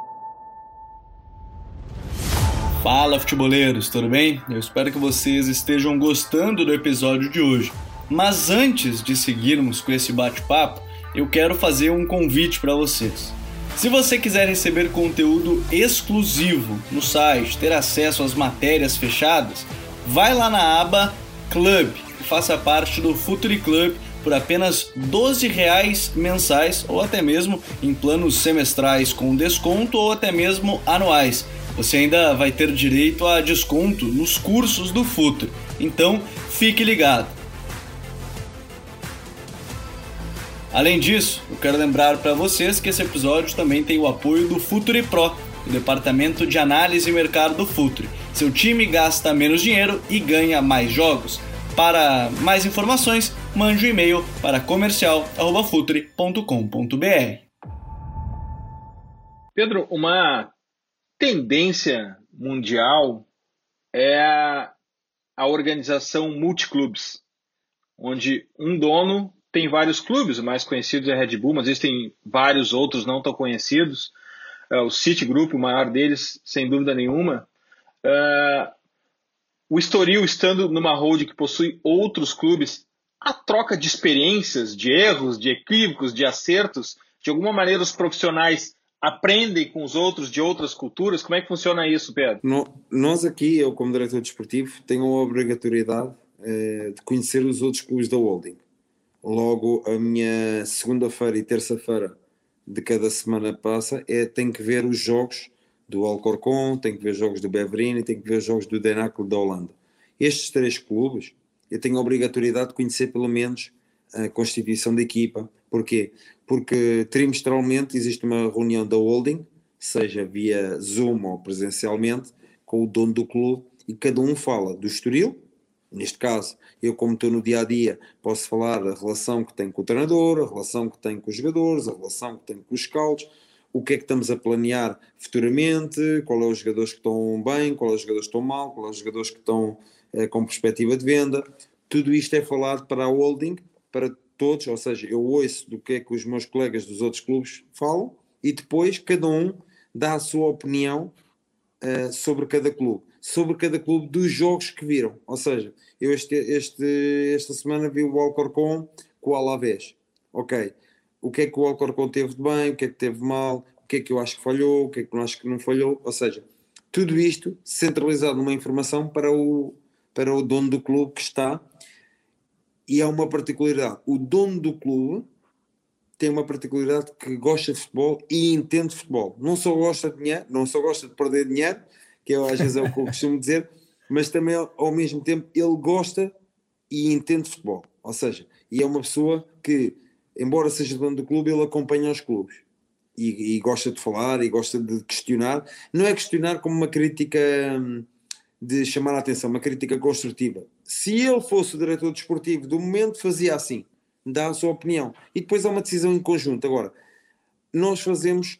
Fala, futeboleiros, tudo bem? Eu espero que vocês estejam gostando do episódio de hoje. Mas antes de seguirmos com esse bate-papo, eu quero fazer um convite para vocês. Se você quiser receber conteúdo exclusivo no site, ter acesso às matérias fechadas, vai lá na aba Club e faça parte do Futuri Club por apenas doze reais mensais ou até mesmo em planos semestrais com desconto ou até mesmo anuais. Você ainda vai ter direito a desconto nos cursos do Futuri, então fique ligado. Além disso, eu quero lembrar para vocês que esse episódio também tem o apoio do Futuri Pro, o departamento de análise e mercado do Futuri. Seu time gasta menos dinheiro e ganha mais jogos. Para mais informações, mande um e-mail para comercial arroba futuri ponto com ponto b r. Pedro, uma tendência mundial é a, a organização multiclubes, onde um dono tem vários clubes, o mais conhecido é a Red Bull, mas existem vários outros não tão conhecidos. Uh, o Citigroup, o maior deles, sem dúvida nenhuma. Uh, o Estoril, estando numa holding que possui outros clubes, a troca de experiências, de erros, de equívocos, de acertos, de alguma maneira os profissionais aprendem com os outros de outras culturas? Como é que funciona isso, Pedro? No, nós aqui, eu como diretor desportivo, tenho a obrigatoriedade eh, de conhecer os outros clubes da holding. Logo, a minha segunda-feira e terça-feira de cada semana passa, é, tenho que ver os jogos do Alcorcón, tenho que ver jogos do Beveren e tenho que ver os jogos do Den Haag da Holanda. Estes três clubes, eu tenho a obrigatoriedade de conhecer pelo menos a constituição da equipa. Porquê? Porque trimestralmente existe uma reunião da holding, seja via Zoom ou presencialmente, com o dono do clube, e cada um fala do Estoril. Neste caso, eu como estou no dia-a-dia, posso falar da relação que tenho com o treinador, a relação que tenho com os jogadores, a relação que tenho com os scouts, o que é que estamos a planear futuramente, qual é os jogadores que estão bem, qual é os jogadores que estão mal, qual é os jogadores que estão eh, com perspectiva de venda. Tudo isto é falado para a holding, para todos, ou seja, eu ouço do que é que os meus colegas dos outros clubes falam e depois cada um dá a sua opinião uh, sobre cada clube, sobre cada clube dos jogos que viram. Ou seja, eu este, este, esta semana vi o Alcorcón com o Alavés. Ok, o que é que o Alcorcón teve de bem, o que é que teve de mal, o que é que eu acho que falhou, o que é que eu acho que não falhou. Ou seja, Tudo isto centralizado numa informação para o, para o dono do clube que está, e há uma particularidade. O dono do clube tem uma particularidade que gosta de futebol e entende futebol. Não só gosta de dinheiro, não só gosta de perder dinheiro, que eu, às vezes é o que eu costumo dizer, mas também ao mesmo tempo ele gosta e entende futebol. Ou seja, e é uma pessoa que, embora seja dono do clube, ele acompanha os clubes. E, e gosta de falar e gosta de questionar. Não é questionar como uma crítica de chamar a atenção, uma crítica construtiva. Se ele fosse o diretor desportivo do momento, fazia assim, dá a sua opinião. E depois há uma decisão em conjunto. Agora, nós fazemos,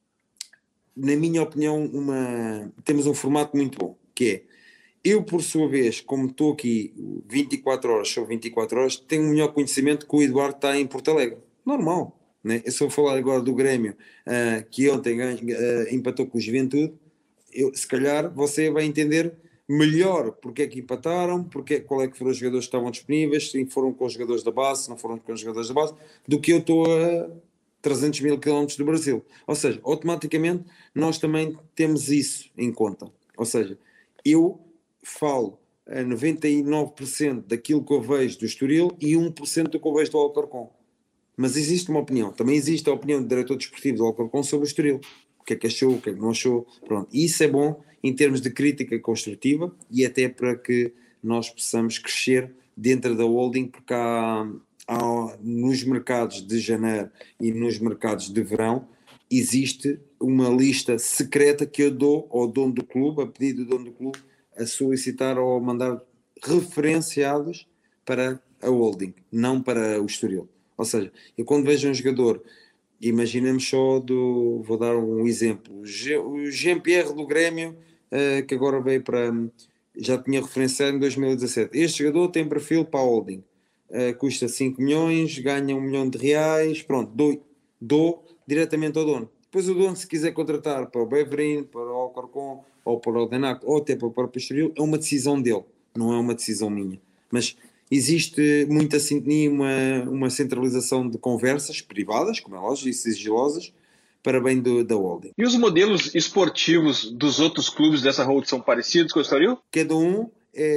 na minha opinião, uma, temos um formato muito bom, que é, eu por sua vez, como estou aqui vinte e quatro horas sobre vinte e quatro horas, tenho um melhor conhecimento que o Eduardo está em Porto Alegre. Normal. Né? Eu, se eu falar agora do Grêmio, uh, que ontem ganha, uh, empatou com o Juventude, eu, se calhar você vai entender melhor porque é que empataram, porque, qual é que foram os jogadores que estavam disponíveis, se foram com os jogadores da base, se não foram com os jogadores da base, do que eu estou a trezentos mil quilómetros do Brasil. Ou seja, automaticamente nós também temos isso em conta. Ou seja, eu falo a noventa e nove por cento daquilo que eu vejo do Estoril e um por cento do que eu vejo do Alcorcón. Mas existe uma opinião, também existe a opinião do diretor desportivo do Alcorcón sobre o Estoril. O que é que achou, o que é que não achou, pronto. E isso é bom em termos de crítica construtiva e até para que nós possamos crescer dentro da holding, porque há, há, nos mercados de janeiro e nos mercados de verão existe uma lista secreta que eu dou ao dono do clube, a pedido do dono do clube, a solicitar ou a mandar referenciados para a holding, não para o Estoril. Ou seja, eu quando vejo um jogador, imaginemos só, do, vou dar um exemplo, o Jean-Pierre do Grêmio, uh, que agora veio para, já tinha referenciado em dois mil e dezassete. Este jogador tem perfil para a holding, uh, custa cinco milhões, ganha um milhão de reais, pronto, dou, dou diretamente ao dono. Depois o dono, se quiser contratar para o Beveren, para o Alcorcón, ou para o Denac, ou até para o próprio Estoril, é uma decisão dele, não é uma decisão minha. Mas existe muita sintonia, uma, uma centralização de conversas privadas, como é lógico, e sigilosas, para bem do, da holding. E os modelos esportivos dos outros clubes dessa holding são parecidos com o Estoril? Cada um,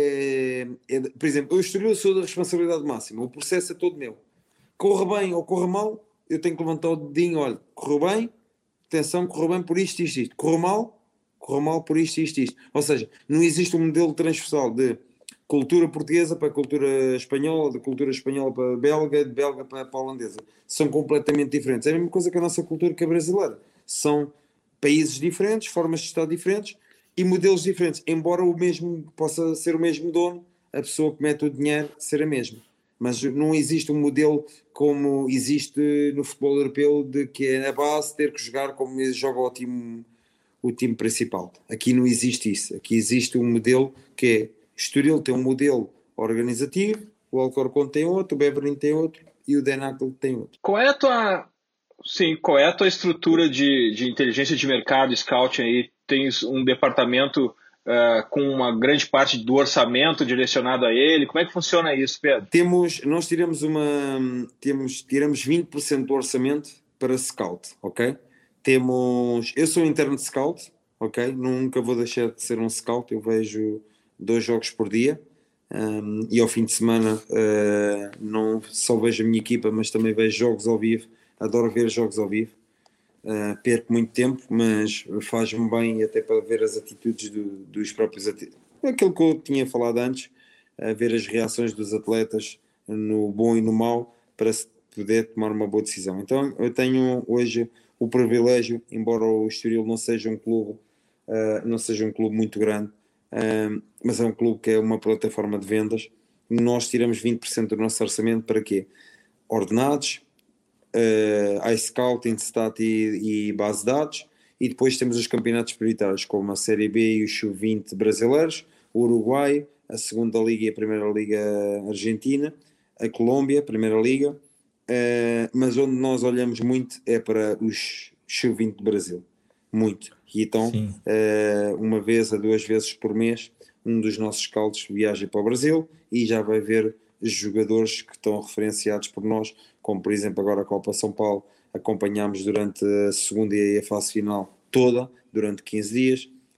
é, é, por exemplo, o Estoril eu sou da responsabilidade máxima, o processo é todo meu. Corra bem ou corra mal, eu tenho que levantar o dedinho, olha, correu bem, atenção, correu bem por isto, isto, isto. Correu mal, correu mal por isto, isto, isto. Ou seja, não existe um modelo transversal de cultura portuguesa para a cultura espanhola, de cultura espanhola para a belga, de belga para a holandesa. São completamente diferentes. É a mesma coisa que a nossa cultura que a brasileira. São países diferentes, formas de Estado diferentes e modelos diferentes. Embora o mesmo possa ser o mesmo dono, a pessoa que mete o dinheiro ser a mesma. Mas não existe um modelo como existe no futebol europeu, de que é na base ter que jogar como joga o time, o time principal. Aqui não existe isso. Aqui existe um modelo que é Estoril tem um modelo organizativo, o Alcorcón tem outro, o Beveren tem outro e o Denac tem outro. Qual é a tua, sim, qual é a tua estrutura de, de inteligência de mercado, scouting aí? Tens um departamento uh, com uma grande parte do orçamento direcionado a ele? Como é que funciona isso, Pedro? Temos, nós tiramos uma, temos, tiramos vinte por cento do orçamento para scout, ok? Temos, eu sou interno de scout, ok? Nunca vou deixar de ser um scout, eu vejo dois jogos por dia, um, e ao fim de semana uh, não só vejo a minha equipa, mas também vejo jogos ao vivo, adoro ver jogos ao vivo, uh, perco muito tempo, mas faz-me bem até para ver as atitudes do, dos próprios atletas, aquilo que eu tinha falado antes, uh, ver as reações dos atletas no bom e no mau, para se poder tomar uma boa decisão. Então eu tenho hoje o privilégio, embora o Estoril não seja um clube, uh, não seja um clube muito grande, Um, mas é um clube que é uma plataforma de vendas. Nós tiramos vinte por cento do nosso orçamento para quê? Ordenados, uh, iScouting, Stat e, e base de dados, e depois temos os campeonatos prioritários como a Série B e os sub vinte brasileiros, o Uruguai, a segunda liga e a primeira liga argentina, a Colômbia, a primeira liga, uh, mas onde nós olhamos muito é para os sub vinte do Brasil, muito. E então, uh, uma vez a duas vezes por mês, um dos nossos scouts viaja para o Brasil e já vai ver jogadores que estão referenciados por nós, como por exemplo agora a Copa São Paulo, acompanhámos durante a segunda e a fase final toda, durante quinze dias,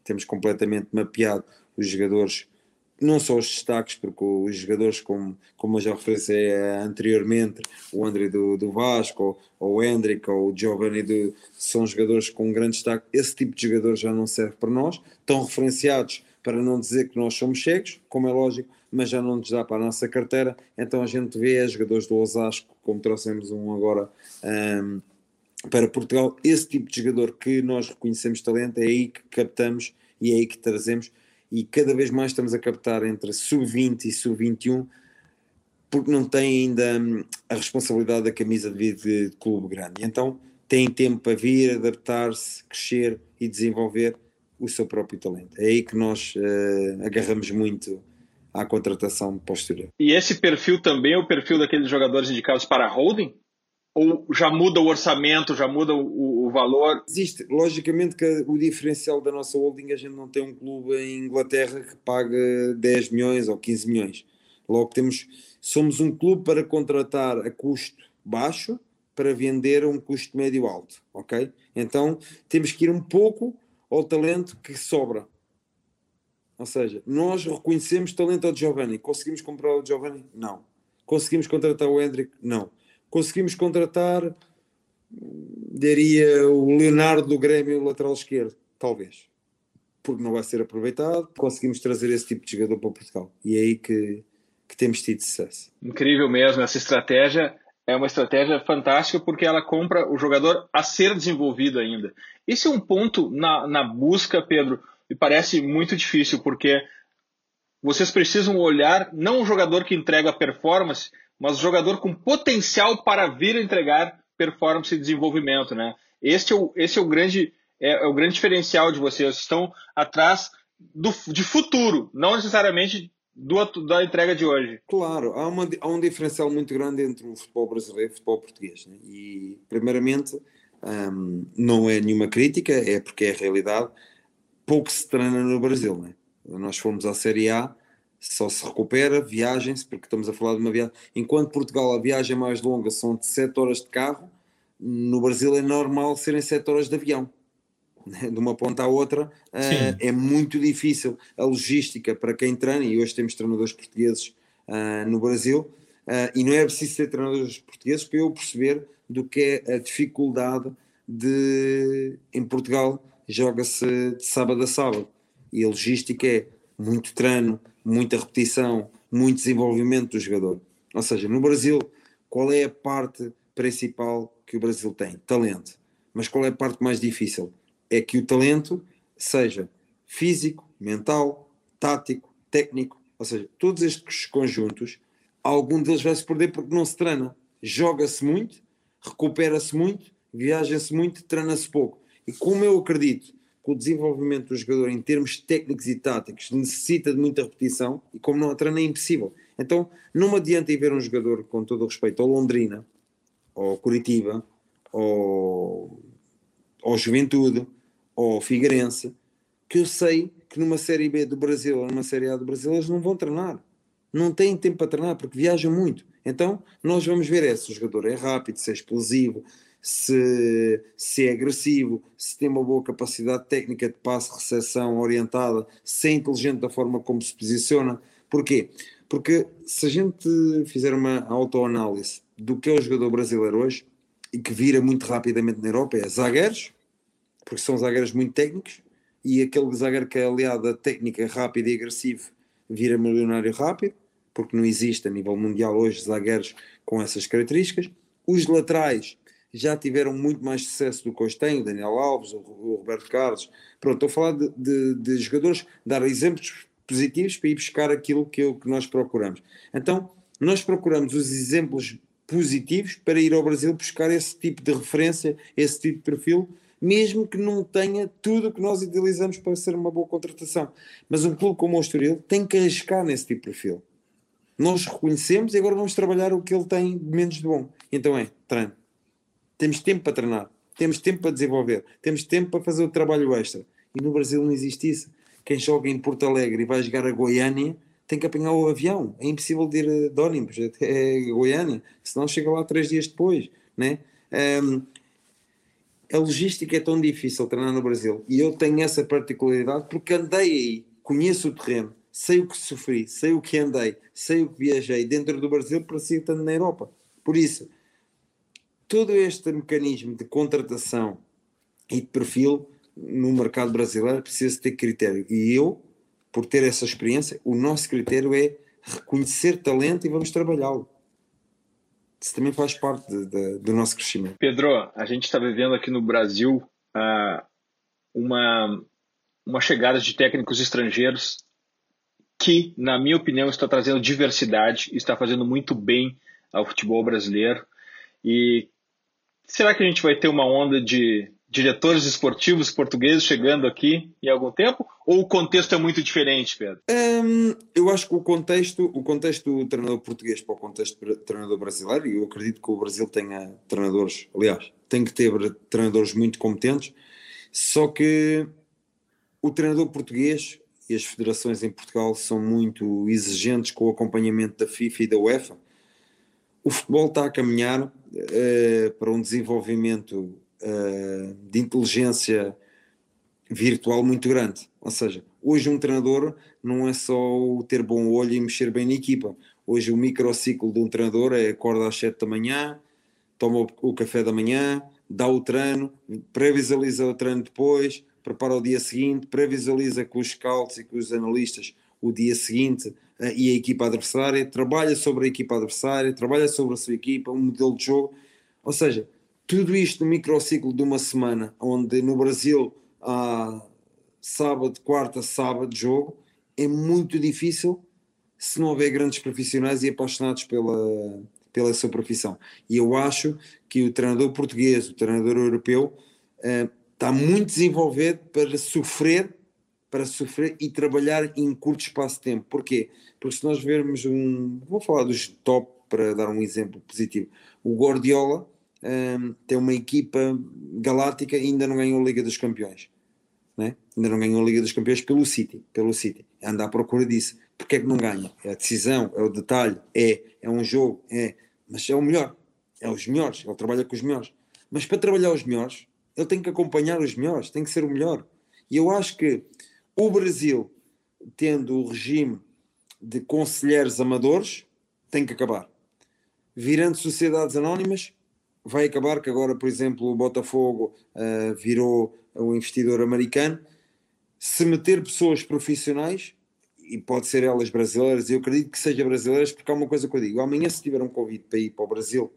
temos completamente mapeado os jogadores, não só os destaques, porque os jogadores, como, como eu já referenciei anteriormente, o André do, do Vasco, ou o Hendrick, ou o Giovanni, do, são jogadores com um grande destaque. Esse tipo de jogador já não serve para nós, estão referenciados para não dizer que nós somos cegos, como é lógico, mas já não nos dá para a nossa carteira, então a gente vê jogadores do Osasco, como trouxemos um agora um, para Portugal, esse tipo de jogador que nós reconhecemos talento, é aí que captamos e é aí que trazemos, e cada vez mais estamos a captar entre sub vinte e sub vinte e um, porque não tem ainda hum, a responsabilidade da camisa de, de, de clube grande, então tem tempo para vir, adaptar-se, crescer e desenvolver o seu próprio talento. É aí que nós uh, agarramos muito à contratação posterior. E esse perfil também é o perfil daqueles jogadores indicados para holding? Ou já muda o orçamento, já muda o, o valor? Existe, logicamente que o diferencial da nossa holding, a gente não tem um clube em Inglaterra que paga dez milhões ou quinze milhões. Logo temos, somos um clube para contratar a custo baixo para vender a um custo médio alto, ok? Então temos que ir um pouco ao talento que sobra. Ou seja, nós reconhecemos talento ao Giovanni. Conseguimos comprar o Giovanni? Não. Conseguimos contratar o Hendrick? Não. Conseguimos contratar, diria, o Leonardo do Grêmio, lateral esquerdo? Talvez. Porque não vai ser aproveitado. Conseguimos trazer esse tipo de jogador para Portugal. E é aí que, que temos tido sucesso. Incrível mesmo. Essa estratégia é uma estratégia fantástica porque ela compra o jogador a ser desenvolvido ainda. Esse é um ponto na, na busca, Pedro, me parece muito difícil, porque vocês precisam olhar não o jogador que entrega performance, mas o jogador com potencial para vir a entregar performance e desenvolvimento, né? Este é o, esse é o, grande, é, é o grande diferencial de vocês. Estão atrás do, de futuro, não necessariamente do, da entrega de hoje. Claro, há, uma, há um diferencial muito grande entre o futebol brasileiro e o futebol português, né? E, primeiramente, um, não é nenhuma crítica, é porque é a realidade. Pouco se treina no Brasil, né? Nós fomos à Série A, só se recupera, viagem-se, porque estamos a falar de uma viagem. Enquanto Portugal a viagem mais longa são de sete horas de carro, no Brasil é normal serem sete horas de avião. De uma ponta à outra, uh, é muito difícil a logística para quem treina, e hoje temos treinadores portugueses uh, no Brasil, uh, e não é preciso ser treinadores portugueses para eu perceber do que é a dificuldade de, em Portugal, joga-se de sábado a sábado, e a logística é muito treino, muita repetição, muito desenvolvimento do jogador. Ou seja, no Brasil, qual é a parte principal que o Brasil tem? Talento. Mas qual é a parte mais difícil? É que o talento seja físico, mental, tático, técnico, ou seja, todos estes conjuntos, algum deles vai se perder porque não se treina. Joga-se muito, recupera-se muito, viaja-se muito, treina-se pouco. E como eu acredito que o desenvolvimento do jogador em termos técnicos e táticos necessita de muita repetição, e como não a treina é impossível. Então não me adianta ir ver um jogador, com todo o respeito, ao Londrina, ao Curitiba, ao, ao Juventude, ou Figueirense, que eu sei que numa Série B do Brasil ou numa Série A do Brasil eles não vão treinar, não têm tempo para treinar porque viajam muito. Então nós vamos ver é, se o jogador é rápido, se é explosivo, se, se é agressivo, se tem uma boa capacidade técnica de passe, recepção orientada, se é inteligente da forma como se posiciona. Porquê? Porque se a gente fizer uma autoanálise do que é o jogador brasileiro hoje, e que vira muito rapidamente na Europa, é zagueiros, porque são zagueiros muito técnicos, e aquele zagueiro que é aliado a técnica rápida e agressivo vira milionário rápido, porque não existe a nível mundial hoje zagueiros com essas características. Os laterais já tiveram muito mais sucesso do que hoje têm, o Daniel Alves, o Roberto Carlos. Pronto, estou a falar de, de, de jogadores, dar exemplos positivos para ir buscar aquilo que, eu, que nós procuramos. Então, nós procuramos os exemplos positivos para ir ao Brasil buscar esse tipo de referência, esse tipo de perfil, mesmo que não tenha tudo o que nós idealizamos para ser uma boa contratação. Mas um clube como o Estoril tem que arriscar nesse tipo de perfil. Nós reconhecemos e agora vamos trabalhar o que ele tem de menos de bom. Então é, treino. Temos tempo para treinar, temos tempo para desenvolver, temos tempo para fazer o trabalho extra. E no Brasil não existe isso. Quem joga em Porto Alegre e vai jogar a Goiânia tem que apanhar o avião. É impossível de ir de ônibus até Goiânia, senão chega lá três dias depois, né? Um, A logística é tão difícil treinar no Brasil e eu tenho essa particularidade porque andei aí, conheço o terreno, sei o que sofri, sei o que andei, sei o que viajei dentro do Brasil para seguir estando na Europa. Por isso, todo este mecanismo de contratação e de perfil no mercado brasileiro precisa ter critério. E eu, por ter essa experiência, o nosso critério é reconhecer talento e vamos trabalhá-lo. Isso também faz parte de, de, do nosso crescimento. Pedro, a gente está vivendo aqui no Brasil uh, uma, uma chegada de técnicos estrangeiros que, na minha opinião, está trazendo diversidade e está fazendo muito bem ao futebol brasileiro. E será que a gente vai ter uma onda de diretores esportivos portugueses chegando aqui em algum tempo? Ou o contexto é muito diferente, Pedro? Um, eu acho que o contexto, o contexto do treinador português para o contexto do treinador brasileiro, e eu acredito que o Brasil tenha treinadores, aliás, tem que ter treinadores muito competentes, só que o treinador português e as federações em Portugal são muito exigentes com o acompanhamento da FIFA e da UEFA. O futebol está a caminhar uh, para um desenvolvimento uh, de inteligência virtual muito grande. Ou seja, hoje um treinador não é só o ter bom olho e mexer bem na equipa. Hoje o microciclo de um treinador é acorda às sete da manhã, toma o café da manhã, dá o treino, pré-visualiza o treino depois, prepara o dia seguinte, pré-visualiza com os scouts e com os analistas o dia seguinte uh, e a equipa adversária, trabalha sobre a equipa adversária, trabalha sobre a sua equipa, um modelo de jogo. Ou seja, tudo isto no microciclo de uma semana, onde no Brasil há sábado, quarta, sábado de jogo, é muito difícil se não houver grandes profissionais e apaixonados pela, pela sua profissão. E eu acho que o treinador português, o treinador europeu, uh, está muito desenvolvido para sofrer para sofrer e trabalhar em curto espaço de tempo. Porquê? Porque se nós vermos um... Vou falar dos top para dar um exemplo positivo. O Guardiola um, tem uma equipa galáctica e ainda não ganhou a Liga dos Campeões. Né? Ainda não ganhou a Liga dos Campeões pelo City. Pelo City. Anda à procura disso. Porquê é que não ganha? É a decisão, é o detalhe, é, é um jogo, é... Mas é o melhor. É os melhores. Ele trabalha com os melhores. Mas para trabalhar os melhores, ele tem que acompanhar os melhores. Tem que ser o melhor. E eu acho que o Brasil, tendo o regime de conselheiros amadores, tem que acabar. Virando sociedades anónimas, vai acabar, que agora, por exemplo, o Botafogo uh, virou um investidor americano. Se meter pessoas profissionais, e pode ser elas brasileiras, eu acredito que seja brasileiras, porque há uma coisa que eu digo, amanhã se tiver um convite para ir para o Brasil,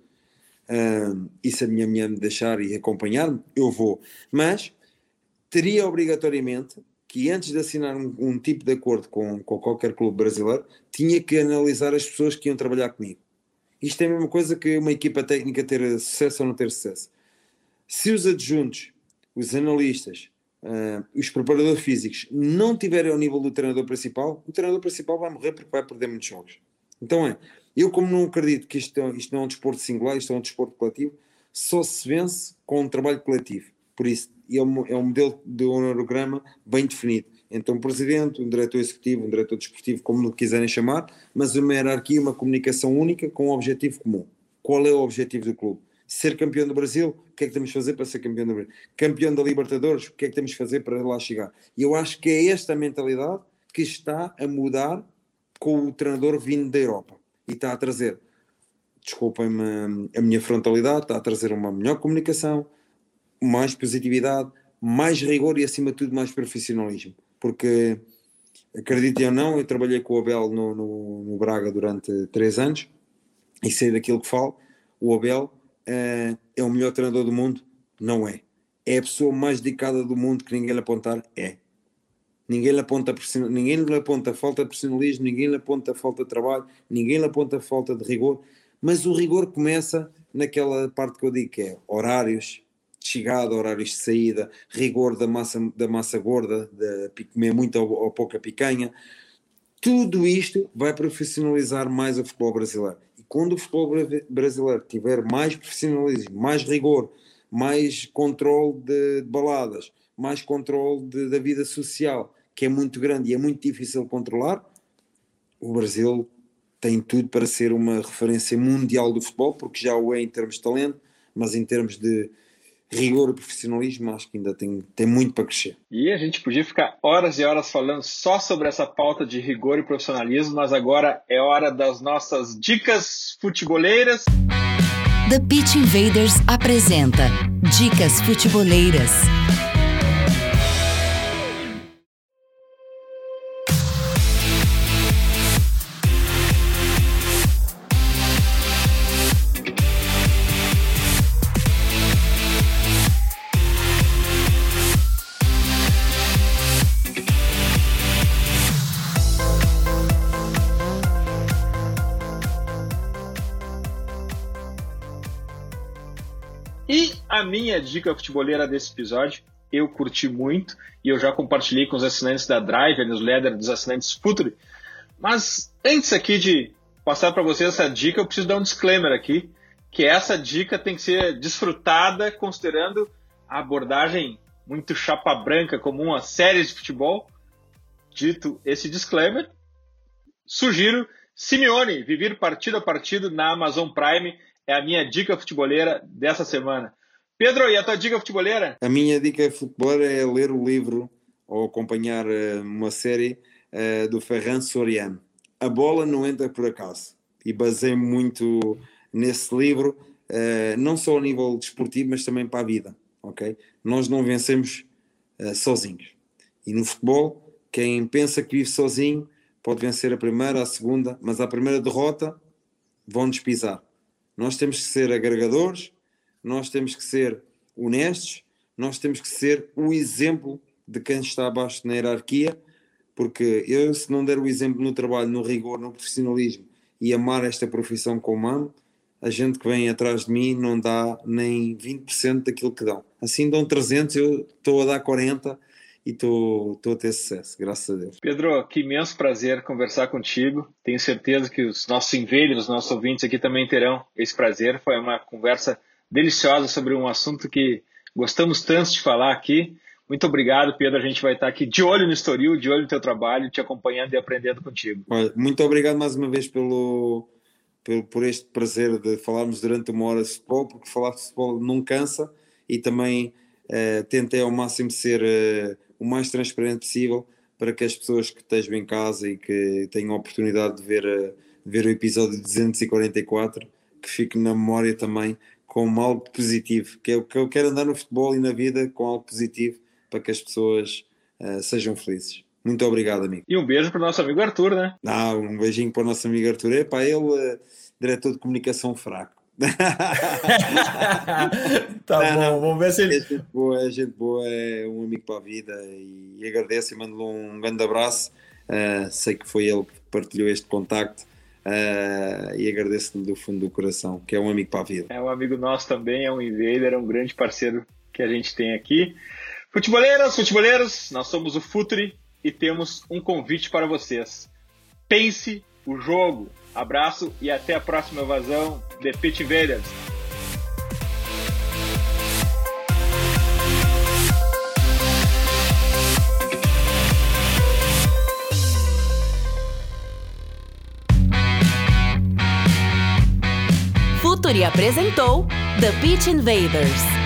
uh, e se a minha mulher me deixar e acompanhar-me, eu vou. Mas teria obrigatoriamente que antes de assinar um, um tipo de acordo com, com qualquer clube brasileiro, tinha que analisar as pessoas que iam trabalhar comigo. Isto é a mesma coisa que uma equipa técnica ter sucesso ou não ter sucesso. Se os adjuntos, os analistas, uh, os preparadores físicos não tiverem ao nível do treinador principal, o treinador principal vai morrer porque vai perder muitos jogos. Então é, eu como não acredito que isto, isto não é um desporto singular, isto é um desporto coletivo, só se vence com um trabalho coletivo. Por isso, é um, é um modelo de organograma bem definido. Então, um presidente, um diretor executivo, um diretor desportivo, como lhe quiserem chamar, mas uma hierarquia, uma comunicação única com um objetivo comum. Qual é o objetivo do clube? Ser campeão do Brasil, o que é que temos de fazer para ser campeão do Brasil? Campeão da Libertadores, o que é que temos de fazer para lá chegar? E eu acho que é esta a mentalidade que está a mudar com o treinador vindo da Europa. E está a trazer, desculpem-me a minha frontalidade, está a trazer uma melhor comunicação, mais positividade, mais rigor e, acima de tudo, mais profissionalismo. Porque, acreditem ou não, eu trabalhei com o Abel no, no, no Braga durante três anos e sei daquilo que falo. O Abel uh, é o melhor treinador do mundo? Não é. É a pessoa mais dedicada do mundo que ninguém lhe apontar? É. Ninguém lhe aponta, ninguém lhe aponta falta de profissionalismo, ninguém lhe aponta falta de trabalho, ninguém lhe aponta falta de rigor, mas o rigor começa naquela parte que eu digo que é horários de chegada, horários de saída, rigor da massa, da massa gorda, de comer muita ou, ou pouca picanha. Tudo isto vai profissionalizar mais o futebol brasileiro. E quando o futebol brasileiro tiver mais profissionalismo, mais rigor, mais controle de, de baladas, mais controle de, da vida social, que é muito grande e é muito difícil de controlar, o Brasil tem tudo para ser uma referência mundial do futebol, porque já o é em termos de talento, mas em termos de rigor e profissionalismo, acho que ainda tem, tem muito para crescer. E a gente podia ficar horas e horas falando só sobre essa pauta de rigor e profissionalismo, mas agora é hora das nossas dicas futeboleiras. The Pitch Invaders apresenta Dicas Futeboleiras. E a minha dica futeboleira desse episódio, eu curti muito e eu já compartilhei com os assinantes da Drive, a newsletter dos assinantes Futuri. Mas antes aqui de passar para vocês essa dica, eu preciso dar um disclaimer aqui, que essa dica tem que ser desfrutada considerando a abordagem muito chapa branca comum às séries de futebol. Dito esse disclaimer, sugiro Simeone, viver partido a partido na Amazon Prime. É a minha dica futeboleira dessa semana. Pedro, e a tua dica futeboleira? A minha dica futeboleira é ler o livro ou acompanhar uh, uma série uh, do Ferran Soriano. A bola não entra por acaso. E basei muito nesse livro, uh, não só a nível desportivo, mas também para a vida. Okay? Nós não vencemos uh, sozinhos. E no futebol, quem pensa que vive sozinho pode vencer a primeira, a segunda, mas a primeira derrota vão-nos pisar. Nós temos que ser agregadores, nós temos que ser honestos, nós temos que ser o exemplo de quem está abaixo na hierarquia, porque eu, se não der o exemplo no trabalho, no rigor, no profissionalismo e amar esta profissão como amo, a gente que vem atrás de mim não dá nem vinte por cento daquilo que dão. Assim dão trezentos, eu estou a dar quarenta e estou a ter sucesso, graças a Deus. Pedro, que imenso prazer conversar contigo. Tenho certeza que os nossos invaders, os nossos ouvintes aqui também terão esse prazer. Foi uma conversa deliciosa sobre um assunto que gostamos tanto de falar aqui. Muito obrigado, Pedro. A gente vai estar aqui de olho no Estoril, de olho no teu trabalho, te acompanhando e aprendendo contigo. Olha, muito obrigado mais uma vez pelo, pelo, por este prazer de falarmos durante uma hora de futebol, porque falar de futebol não cansa e também eh, tentei ao máximo ser... Eh, o mais transparente possível para que as pessoas que estejam em casa e que tenham a oportunidade de ver, uh, ver o episódio duzentos e quarenta e quatro, que fique na memória também como algo positivo, que é o que eu quero, andar no futebol e na vida com algo positivo para que as pessoas uh, sejam felizes. Muito obrigado, amigo. E um beijo para o nosso amigo Arthur, né? Ah, um beijinho para o nosso amigo Arthur. É para ele, uh, diretor de comunicação fraco. Tá não, bom, não. Vamos ver se ele... É gente boa, é gente boa, é um amigo para a vida e agradeço e mando-lhe um grande abraço. Uh, sei que foi ele que partilhou este contacto uh, e agradeço-lhe do fundo do coração, que é um amigo para a vida. É um amigo nosso também, é um invader, é um grande parceiro que a gente tem aqui. Futeboleiras, futeboleiros, nós somos o Futuri e temos um convite para vocês. Pense o jogo. Abraço e até a próxima evasão The Pitch Invaders. Futuri apresentou The Pitch Invaders.